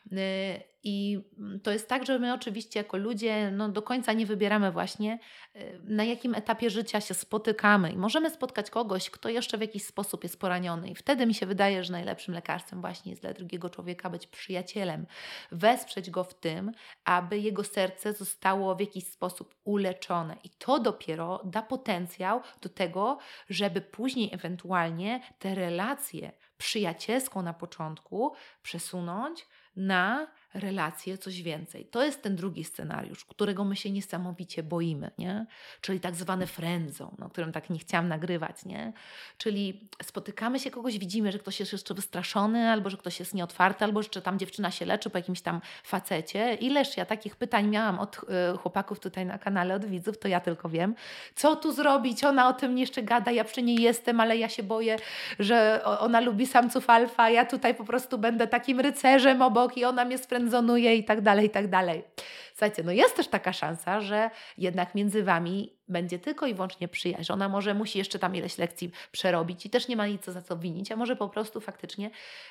I to jest tak, że my oczywiście jako ludzie do końca nie wybieramy właśnie, na jakim etapie życia się spotykamy. I możemy spotkać kogoś, kto jeszcze w jakiś sposób jest poraniony. I wtedy mi się wydaje, że najlepszym lekarstwem właśnie jest dla drugiego człowieka być przyjacielem. Wesprzeć go w tym, aby jego serce zostało w jakiś sposób uleczone. I to dopiero da potencjał do tego, żeby później ewentualnie tę relację przyjacielską na początku przesunąć na relację coś więcej. To jest ten drugi scenariusz, którego my się niesamowicie boimy, nie? Czyli tak zwany friendzone, o którym tak nie chciałam nagrywać, nie? Czyli spotykamy się kogoś, widzimy, że ktoś jest jeszcze wystraszony, albo że ktoś jest nieotwarty, albo że tam dziewczyna się leczy po jakimś tam facecie. Ileż ja takich pytań miałam od chłopaków tutaj na kanale, od widzów, to ja tylko wiem. Co tu zrobić? Ona o tym jeszcze gada, ja przy niej jestem, ale ja się boję, że ona lubi samców alfa, ja tutaj po prostu będę takim rycerzem obok i ona mnie sfrędzonuje i tak dalej, i tak dalej. Słuchajcie, jest też taka szansa, że jednak między Wami będzie tylko i wyłącznie przyjaźń. Ona może musi jeszcze tam ileś lekcji przerobić i też nie ma nic za co winić, a może po prostu faktycznie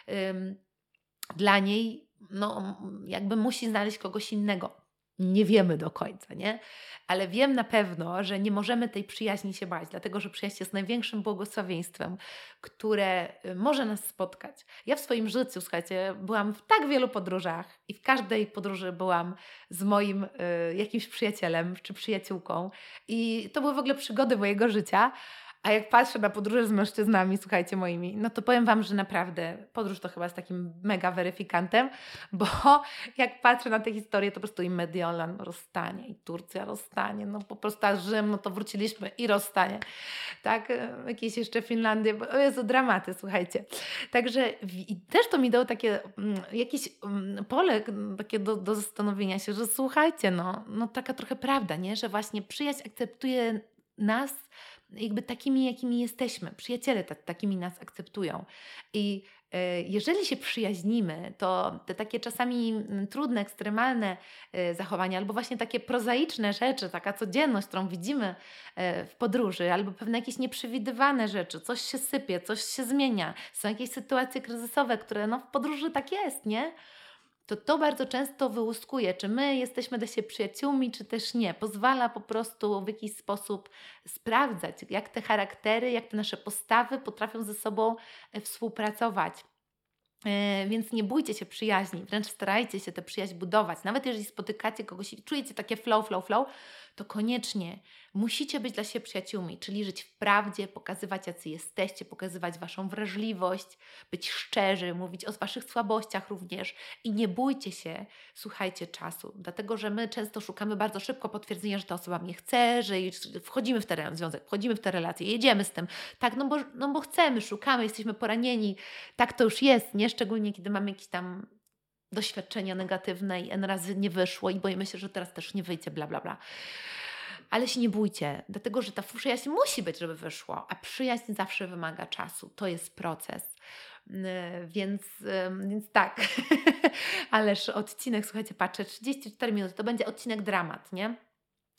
dla niej jakby musi znaleźć kogoś innego. Nie wiemy do końca, nie? Ale wiem na pewno, że nie możemy tej przyjaźni się bać, dlatego że przyjaźń jest największym błogosławieństwem, które może nas spotkać. Ja w swoim życiu, słuchajcie, byłam w tak wielu podróżach i w każdej podróży byłam z moim jakimś przyjacielem czy przyjaciółką i to były w ogóle przygody mojego życia. A jak patrzę na podróże z mężczyznami, słuchajcie, moimi, to powiem Wam, że naprawdę podróż to chyba jest takim mega weryfikantem, bo jak patrzę na te historie, to po prostu i Mediolan rozstanie, i Turcja rozstanie, po prostu a Rzym, to wróciliśmy i rozstanie. Tak, jakieś jeszcze Finlandię, bo Jezu, dramaty, słuchajcie. Także i też to mi dało takie jakieś pole takie do zastanowienia się, że słuchajcie, taka trochę prawda, nie? Że właśnie przyjaźń akceptuje nas jakby takimi, jakimi jesteśmy. Przyjaciele takimi nas akceptują. I jeżeli się przyjaźnimy, to te takie czasami trudne, ekstremalne zachowania, albo właśnie takie prozaiczne rzeczy, taka codzienność, którą widzimy w podróży, albo pewne jakieś nieprzewidywane rzeczy, coś się sypie, coś się zmienia, są jakieś sytuacje kryzysowe, które w podróży tak jest, nie? To bardzo często wyłuskuje, czy my jesteśmy dla siebie przyjaciółmi, czy też nie. Pozwala po prostu w jakiś sposób sprawdzać, jak te charaktery, jak te nasze postawy potrafią ze sobą współpracować. Więc nie bójcie się przyjaźni, wręcz starajcie się tę przyjaźń budować. Nawet jeżeli spotykacie kogoś i czujecie takie flow, to koniecznie musicie być dla siebie przyjaciółmi, czyli żyć w prawdzie, pokazywać jacy jesteście, pokazywać Waszą wrażliwość, być szczerzy, mówić o Waszych słabościach również i nie bójcie się, słuchajcie, czasu, dlatego że my często szukamy bardzo szybko potwierdzenia, że ta osoba mnie chce, że wchodzimy w ten związek, wchodzimy w tę relację, jedziemy z tym, tak, bo chcemy, szukamy, jesteśmy poranieni, tak to już jest, nie? Szczególnie kiedy mamy jakieś tam doświadczenia negatywne i N razy nie wyszło i boimy się, że teraz też nie wyjdzie, bla, bla, bla. Ale się nie bójcie, dlatego że ta przyjaźń musi być, żeby wyszło, a przyjaźń zawsze wymaga czasu. To jest proces. Więc tak. Ależ odcinek, słuchajcie, patrzę, 34 minuty, to będzie odcinek dramat, nie?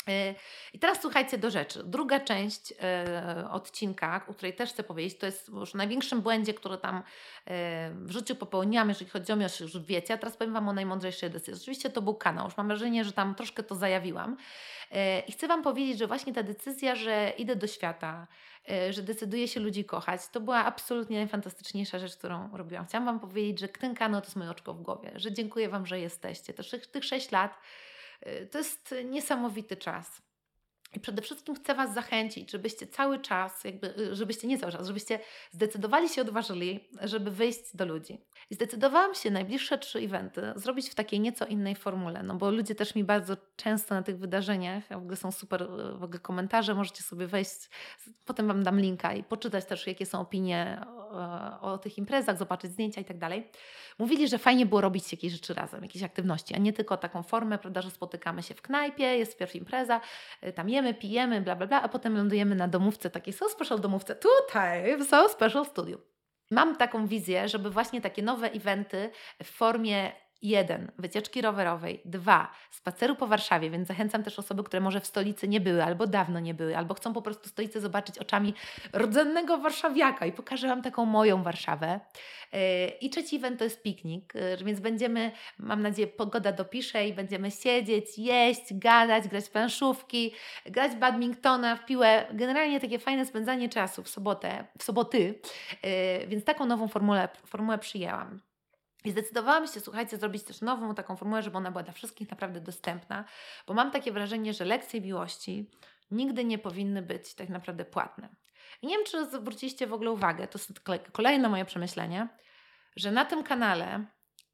I teraz słuchajcie do rzeczy. Druga część odcinka, o której też chcę powiedzieć, to jest już największym błędzie, który tam w życiu popełniłam, jeżeli chodzi o mnie, już wiecie. A teraz powiem Wam o najmądrzejszej decyzji. Oczywiście to był kanał. Już mam wrażenie, że tam troszkę to zajawiłam. I chcę Wam powiedzieć, że właśnie ta decyzja, że idę do świata, że decyduję się ludzi kochać, to była absolutnie najfantastyczniejsza rzecz, którą robiłam. Chciałam Wam powiedzieć, że ten kanał to jest moje oczko w głowie, że dziękuję Wam, że jesteście. Tych 6 lat to jest niesamowity czas. I przede wszystkim chcę Was zachęcić, żebyście cały czas, żebyście nie cały czas, żebyście zdecydowali się, odważyli, żeby wyjść do ludzi. I zdecydowałam się najbliższe 3 eventy zrobić w takiej nieco innej formule, no bo ludzie też mi bardzo często na tych wydarzeniach, w ogóle są super w ogóle komentarze, możecie sobie wejść, potem Wam dam linka i poczytać też, jakie są opinie o tych imprezach, zobaczyć zdjęcia i tak dalej. Mówili, że fajnie było robić jakieś rzeczy razem, jakieś aktywności, a nie tylko taką formę, prawda, że spotykamy się w knajpie, jest wpierw impreza, tam jemy, pijemy, bla, bla, bla, a potem lądujemy na domówce, takiej So Special domówce, tutaj w So Special Studio. Mam taką wizję, żeby właśnie takie nowe eventy w formie 1. Wycieczki rowerowej, 2. Spaceru po Warszawie, więc zachęcam też osoby, które może w stolicy nie były, albo dawno nie były, albo chcą po prostu stolicę zobaczyć oczami rdzennego warszawiaka i pokażę Wam taką moją Warszawę. I 3. event to jest piknik, więc będziemy, mam nadzieję, pogoda dopisze i będziemy siedzieć, jeść, gadać, grać w planszówki, grać w badmintona, w piłę. Generalnie takie fajne spędzanie czasu w soboty, więc taką nową formułę przyjęłam. I zdecydowałam się, słuchajcie, zrobić też nową taką formułę, żeby ona była dla wszystkich naprawdę dostępna, bo mam takie wrażenie, że lekcje miłości nigdy nie powinny być tak naprawdę płatne. I nie wiem, czy zwróciliście w ogóle uwagę, to jest kolejne moje przemyślenie, że na tym kanale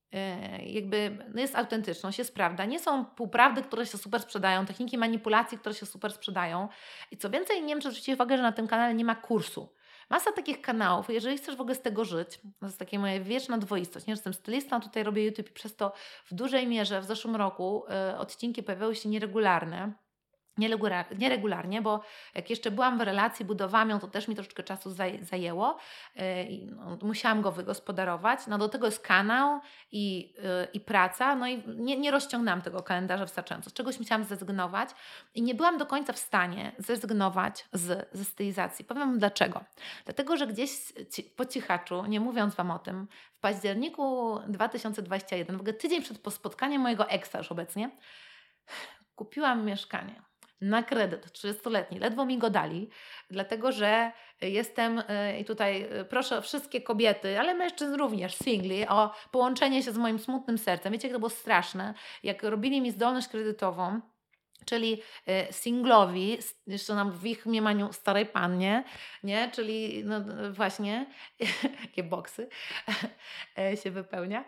jest autentyczność, jest prawda. Nie są półprawdy, które się super sprzedają, techniki manipulacji, które się super sprzedają. I co więcej, nie wiem, czy zwróciliście uwagę, że na tym kanale nie ma kursu. Masa takich kanałów, jeżeli chcesz w ogóle z tego żyć, to jest taka moja wieczna dwoistość, nie? Że jestem stylistą, tutaj robię YouTube i przez to w dużej mierze w zeszłym roku odcinki pojawiały się nieregularnie, bo jak jeszcze byłam w relacji, budowałam ją, to też mi troszeczkę czasu zajęło i musiałam go wygospodarować. No do tego jest kanał i praca, no i nie rozciągnęłam tego kalendarza wystarczająco. Z czegoś musiałam zrezygnować i nie byłam do końca w stanie zrezygnować ze stylizacji. Powiem Wam dlaczego. Dlatego, że gdzieś po cichaczu, nie mówiąc Wam o tym, w październiku 2021, w ogóle tydzień przed spotkaniem mojego eksa już obecnie, kupiłam mieszkanie na kredyt 30-letni. Ledwo mi go dali, dlatego że jestem i tutaj proszę wszystkie kobiety, ale mężczyzn również, singli, o połączenie się z moim smutnym sercem. Wiecie, jak to było straszne? Jak robili mi zdolność kredytową, czyli singlowi, jeszcze nam w ich mniemaniu starej pannie, nie? Czyli no właśnie, jakie boksy się wypełnia,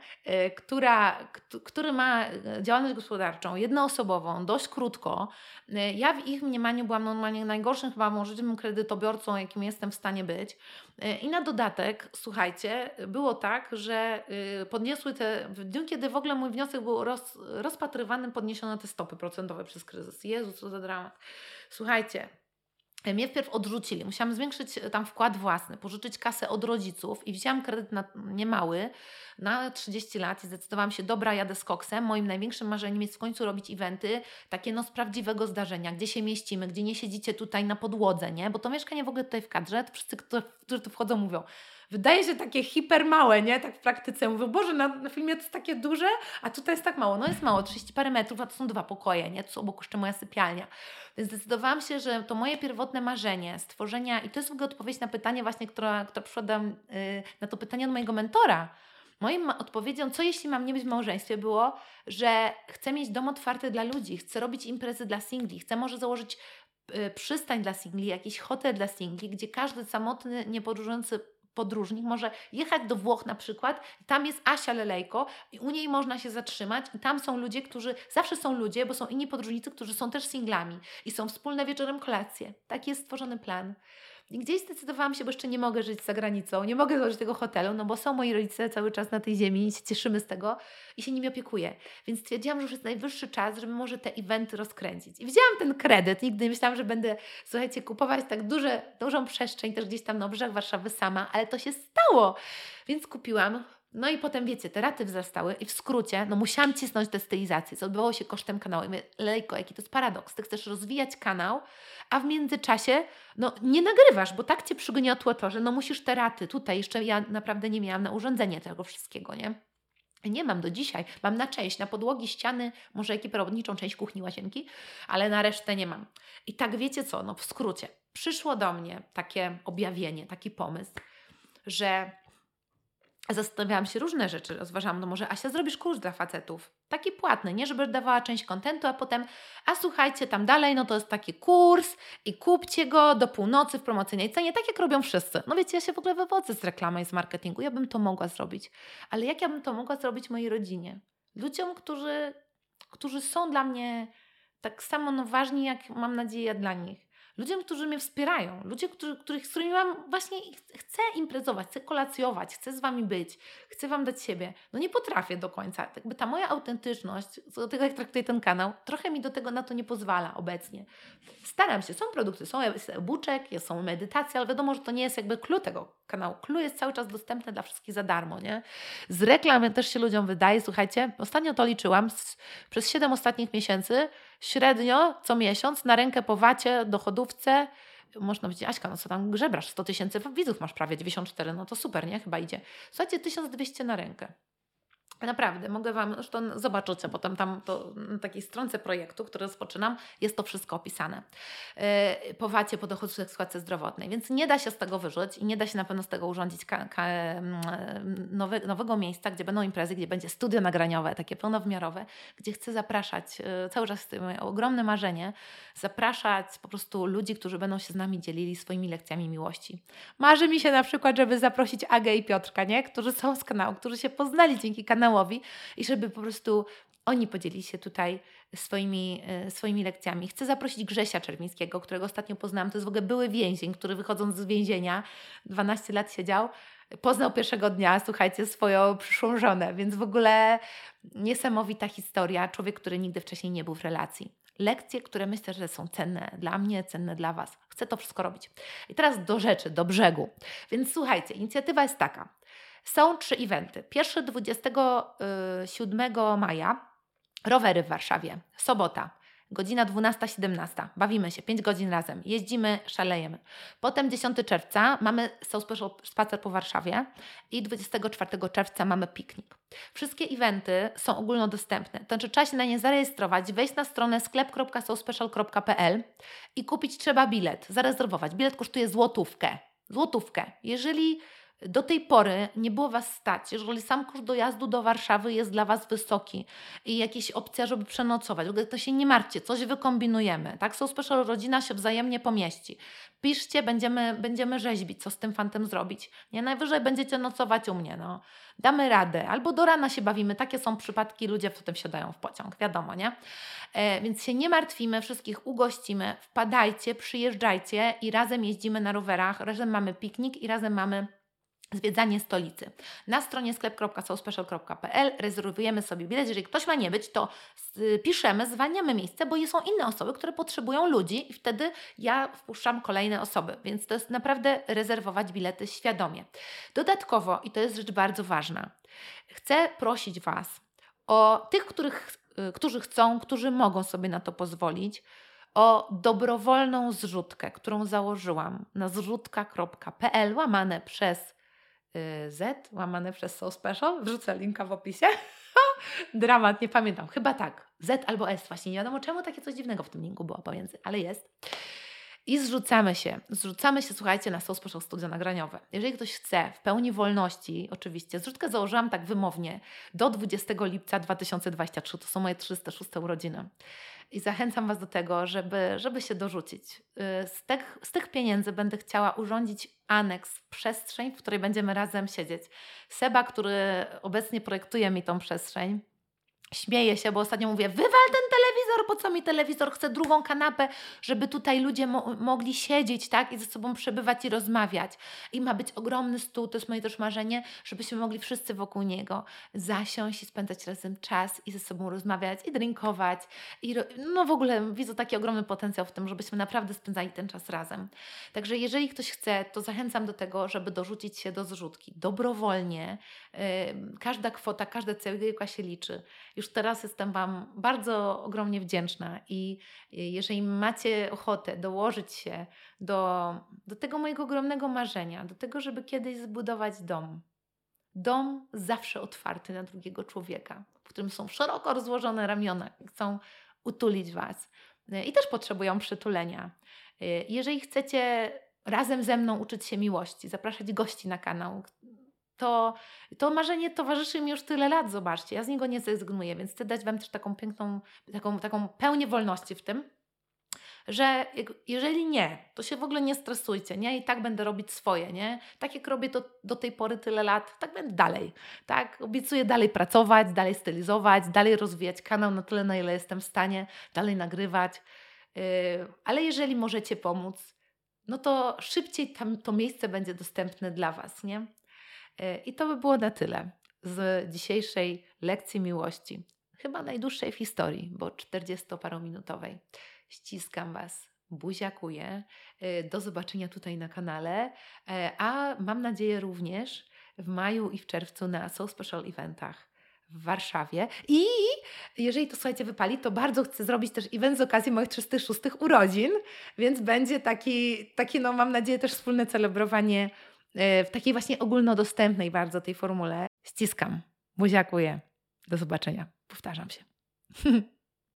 który ma działalność gospodarczą, jednoosobową, dość krótko. Ja w ich mniemaniu byłam normalnie najgorszym chyba możliwym kredytobiorcą, jakim jestem w stanie być. I na dodatek, słuchajcie, było tak, że podniosły w dniu, kiedy w ogóle mój wniosek był rozpatrywany, podniesiono te stopy procentowe przez kryzys. Jezu, co za dramat. Słuchajcie, mnie wpierw odrzucili. Musiałam zwiększyć tam wkład własny, pożyczyć kasę od rodziców i wzięłam kredyt niemały na 30 lat i zdecydowałam się, dobra, jadę z koksem. Moim największym marzeniem jest w końcu robić eventy, takie no z prawdziwego zdarzenia, gdzie się mieścimy, gdzie nie siedzicie tutaj na podłodze, nie? Bo to mieszkanie w ogóle tutaj w kadrze, to wszyscy, którzy tu wchodzą, mówią, wydaje się takie hipermałe, nie? Tak w praktyce. Mówię, Boże, na filmie to jest takie duże, a tutaj jest tak mało. No jest mało, 30 parę metrów, a to są 2 pokoje, nie? Tu obok jeszcze moja sypialnia. Więc zdecydowałam się, że to moje pierwotne marzenie stworzenia, i to jest w ogóle odpowiedź na pytanie właśnie, która przyszła na to pytanie od mojego mentora. Moją odpowiedzią, co jeśli mam nie być w małżeństwie, było, że chcę mieć dom otwarty dla ludzi, chcę robić imprezy dla singli, chcę może założyć przystań dla singli, jakiś hotel dla singli, gdzie każdy samotny, niepodróżujący podróżnik może jechać do Włoch na przykład, tam jest Asia Lelejko i u niej można się zatrzymać i tam są ludzie, zawsze są ludzie, bo są inni podróżnicy, którzy są też singlami i są wspólne wieczorem kolacje. Taki jest stworzony plan. I gdzieś zdecydowałam się, bo jeszcze nie mogę żyć za granicą, nie mogę założyć tego hotelu, no bo są moi rodzice cały czas na tej ziemi i się cieszymy z tego i się nimi opiekuję. Więc stwierdziłam, że już jest najwyższy czas, żeby może te eventy rozkręcić. I wzięłam ten kredyt, nigdy nie myślałam, że będę, słuchajcie, kupować tak dużą przestrzeń, też gdzieś tam na obrzeżach Warszawy sama, ale to się stało. Więc kupiłam No i potem wiecie, te raty wzrastały i w skrócie, no musiałam cisnąć tę stylizację, co odbywało się kosztem kanału. I mówię, Lejko, jaki to jest paradoks. Ty chcesz rozwijać kanał, a w międzyczasie no nie nagrywasz, bo tak Cię przygniotło to, że no musisz te raty. Tutaj jeszcze ja naprawdę nie miałam na urządzenie tego wszystkiego, nie? Nie mam do dzisiaj. Mam na część, na podłogi, ściany, może ekipę robotniczą, część kuchni, łazienki, ale na resztę nie mam. I tak wiecie co, no w skrócie, przyszło do mnie takie objawienie, taki pomysł, że zastanawiałam się różne rzeczy, rozważałam, no może Asia, zrobisz kurs dla facetów, taki płatny, nie żeby dawała część kontentu, a potem, a słuchajcie, tam dalej, no to jest taki kurs i kupcie go do północy w promocyjnej cenie, tak jak robią wszyscy. No wiecie, ja się w ogóle wywodzę z reklamy i z marketingu, ja bym to mogła zrobić, ale jak ja bym to mogła zrobić mojej rodzinie? Ludziom, którzy są dla mnie tak samo no, ważni, jak mam nadzieję ja dla nich. Ludziom, którzy mnie wspierają, ludzie, z którymi mam właśnie, chcę imprezować, chcę kolacjować, chcę z Wami być, chcę Wam dać siebie. No nie potrafię do końca. Jakby ta moja autentyczność, do tego jak traktuję ten kanał, trochę mi do tego na to nie pozwala obecnie. Staram się, są produkty, są e-booczek, są medytacje, ale wiadomo, że to nie jest jakby clue tego kanału. Clue jest cały czas dostępny dla wszystkich za darmo, nie? Z reklam też się ludziom wydaje, słuchajcie, ostatnio to liczyłam, przez 7 ostatnich miesięcy średnio co miesiąc na rękę po wacie, dochodówce, można powiedzieć, Aśka, no co tam grzebrasz, 100 000 widzów masz prawie, 94, no to super, nie? Chyba idzie. Słuchajcie, 1200 na rękę. Naprawdę, mogę Wam, zresztą zobaczycie potem tam to, na takiej stronce projektu, który rozpoczynam, jest to wszystko opisane. Po wacie, po dochodze w składce zdrowotnej, więc nie da się z tego wyżyć i nie da się na pewno z tego urządzić nowego miejsca, gdzie będą imprezy, gdzie będzie studio nagraniowe, takie pełnowymiarowe, gdzie chcę zapraszać, cały czas moje ogromne marzenie, zapraszać po prostu ludzi, którzy będą się z nami dzielili swoimi lekcjami miłości. Marzy mi się na przykład, żeby zaprosić Agę i Piotrka, nie? Którzy są z kanału, którzy się poznali dzięki kanałowi i żeby po prostu oni podzielili się tutaj swoimi lekcjami. Chcę zaprosić Grzesia Czerwińskiego, którego ostatnio poznałam. To jest w ogóle były więzień, który wychodząc z więzienia, 12 lat siedział, poznał pierwszego dnia, słuchajcie, swoją przyszłą żonę, więc w ogóle niesamowita historia. Człowiek, który nigdy wcześniej nie był w relacji. Lekcje, które myślę, że są cenne dla mnie, cenne dla Was. Chcę to wszystko robić. I teraz do rzeczy, do brzegu. Więc słuchajcie, inicjatywa jest taka. Są 3 eventy. Pierwszy 27 maja, rowery w Warszawie, sobota, godzina 12-17. Bawimy się, 5 godzin razem, jeździmy, szalejemy. Potem 10 czerwca mamy So Special spacer po Warszawie i 24 czerwca mamy piknik. Wszystkie eventy są ogólnodostępne, to znaczy trzeba się na nie zarejestrować, wejść na stronę sklep.sospecial.pl i kupić trzeba bilet, zarezerwować. Bilet kosztuje złotówkę. Jeżeli do tej pory nie było Was stać, jeżeli sam koszt dojazdu do Warszawy jest dla Was wysoki i jakieś opcja, żeby przenocować, w ogóle to się nie martwcie, coś wykombinujemy, tak? So Special rodzina się wzajemnie pomieści. Piszcie, będziemy rzeźbić, co z tym fantem zrobić. Nie, najwyżej będziecie nocować u mnie, no. Damy radę, albo do rana się bawimy, takie są przypadki, ludzie potem wsiadają w pociąg, wiadomo, nie? Więc się nie martwimy, wszystkich ugościmy, wpadajcie, przyjeżdżajcie i razem jeździmy na rowerach, razem mamy piknik i razem mamy zwiedzanie stolicy. Na stronie sklep.sospecial.pl rezerwujemy sobie bilet. Jeżeli ktoś ma nie być, to piszemy, zwalniamy miejsce, bo są inne osoby, które potrzebują ludzi i wtedy ja wpuszczam kolejne osoby. Więc to jest naprawdę rezerwować bilety świadomie. Dodatkowo, i to jest rzecz bardzo ważna, chcę prosić Was o tych, którzy chcą, którzy mogą sobie na to pozwolić, o dobrowolną zrzutkę, którą założyłam na zrzutka.pl łamane przez łamane przez So Special. Wrzucę linka w opisie. Dramat, nie pamiętam. Chyba tak. Z albo S właśnie. Nie wiadomo czemu takie coś dziwnego w tym linku było pomiędzy, ale jest. I zrzucamy się, słuchajcie, na So Special studio nagraniowe. Jeżeli ktoś chce, w pełni wolności, oczywiście, zrzutkę założyłam tak wymownie, do 20 lipca 2023, to są moje 306 urodziny. I zachęcam Was do tego, żeby się dorzucić. Z tych pieniędzy będę chciała urządzić aneks, przestrzeń, w której będziemy razem siedzieć. Seba, który obecnie projektuje mi tą przestrzeń, śmieje się, bo ostatnio mówię, wywal ten telewizor po co mi telewizor, chcę drugą kanapę, żeby tutaj ludzie mogli siedzieć, tak, i ze sobą przebywać i rozmawiać. I ma być ogromny stół, to jest moje też marzenie, żebyśmy mogli wszyscy wokół niego zasiąść i spędzać razem czas i ze sobą rozmawiać i drinkować. No w ogóle widzę taki ogromny potencjał w tym, żebyśmy naprawdę spędzali ten czas razem. Także jeżeli ktoś chce, to zachęcam do tego, żeby dorzucić się do zrzutki dobrowolnie. Każda kwota, każda cegiełka się liczy. Już teraz jestem Wam bardzo ogromnie wdzięczna i jeżeli macie ochotę dołożyć się do tego mojego ogromnego marzenia, do tego, żeby kiedyś zbudować dom. Dom zawsze otwarty na drugiego człowieka, w którym są szeroko rozłożone ramiona i chcą utulić Was. I też potrzebują przytulenia. Jeżeli chcecie razem ze mną uczyć się miłości, zapraszać gości na kanał, to marzenie towarzyszy mi już tyle lat, zobaczcie. Ja z niego nie zrezygnuję, więc chcę dać Wam też taką piękną, taką pełnię wolności w tym, że jeżeli nie, to się w ogóle nie stresujcie, nie? I tak będę robić swoje, nie? Tak jak robię to do tej pory tyle lat, tak będę dalej, tak? Obiecuję dalej pracować, dalej stylizować, dalej rozwijać kanał na tyle, na ile jestem w stanie, dalej nagrywać, ale jeżeli możecie pomóc, no to szybciej to miejsce będzie dostępne dla Was, nie? I to by było na tyle z dzisiejszej lekcji miłości. Chyba najdłuższej w historii, bo 40-parominutowej. Ściskam Was, buziakuję. Do zobaczenia tutaj na kanale, a mam nadzieję również w maju i w czerwcu na So Special Eventach w Warszawie. I jeżeli to, słuchajcie, wypali, to bardzo chcę zrobić też event z okazji moich 36 urodzin, więc będzie taki no mam nadzieję, też wspólne celebrowanie w takiej właśnie ogólnodostępnej bardzo tej formule. Ściskam, buziakuję. Do zobaczenia. Powtarzam się.